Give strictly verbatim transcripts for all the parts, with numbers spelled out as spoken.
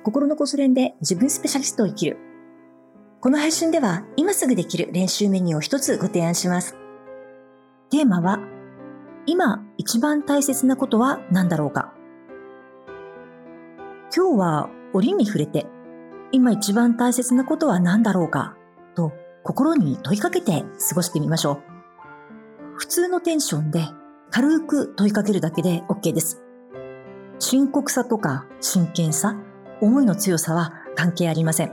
心のこそ練で自分スペシャリストを生きる。この配信では今すぐできる練習メニューを一つご提案します。テーマは、今一番大切なことは何だろうか。今日は折に触れて、今一番大切なことは何だろうかと心に問いかけて過ごしてみましょう。普通のテンションで軽く問いかけるだけで OK です。深刻さとか真剣さ、思いの強さは関係ありません。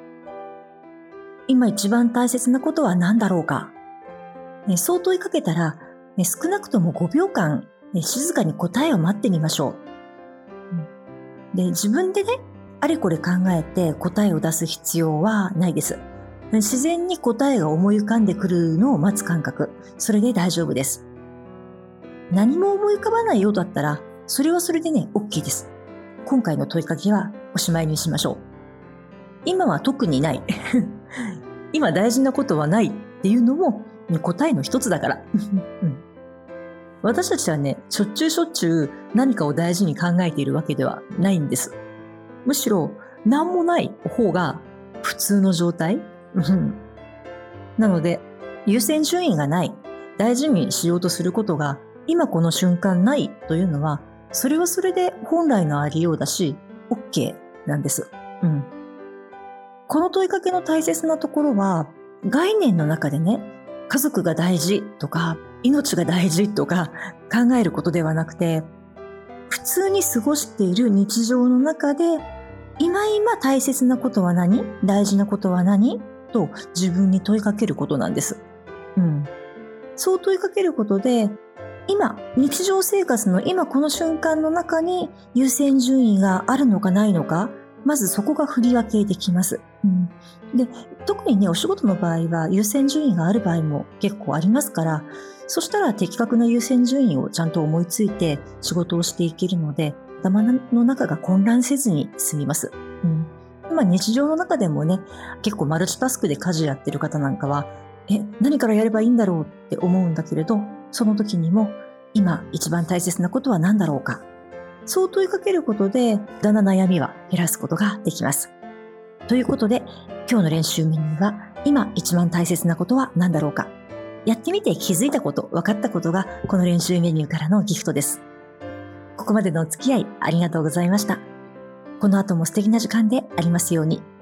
今一番大切なことは何だろうか。ね、そう問いかけたら、ね、少なくともごびょうかん、ね、静かに答えを待ってみましょう。で、自分でね、あれこれ考えて答えを出す必要はないです。自然に答えが思い浮かんでくるのを待つ感覚、それで大丈夫です。何も思い浮かばないようだったら、それはそれでね、OK です。今回の問いかけはおしまいにしましょう。今は特にない。今大事なことはないっていうのも答えの一つだから。うん、私たちはね、しょっちゅうしょっちゅう何かを大事に考えているわけではないんです。むしろ何もない方が普通の状態。なので、優先順位がない、大事にしようとすることが今この瞬間ないというのは、それはそれで本来のありようだし、OK なんです。うん。この問いかけの大切なところは、概念の中でね、家族が大事とか、命が大事とか考えることではなくて、普通に過ごしている日常の中で、今今大切なことは何？大事なことは何？と自分に問いかけることなんです。うん。そう問いかけることで、今、日常生活の今この瞬間の中に優先順位があるのかないのか、まずそこが振り分けできます。うん、で、特にね、お仕事の場合は優先順位がある場合も結構ありますから、そしたら的確な優先順位をちゃんと思いついて仕事をしていけるので、頭の中が混乱せずに済みます。うん、まあ、日常の中でもね、結構マルチタスクで家事やってる方なんかは、え、何からやればいいんだろうって思うんだけれど、その時にも今一番大切なことは何だろうか。そう問いかけることで、無駄な悩みは減らすことができます。ということで、今日の練習メニューは、今一番大切なことは何だろうか。やってみて気づいたこと、分かったことが、この練習メニューからのギフトです。ここまでのお付き合いありがとうございました。この後も素敵な時間でありますように。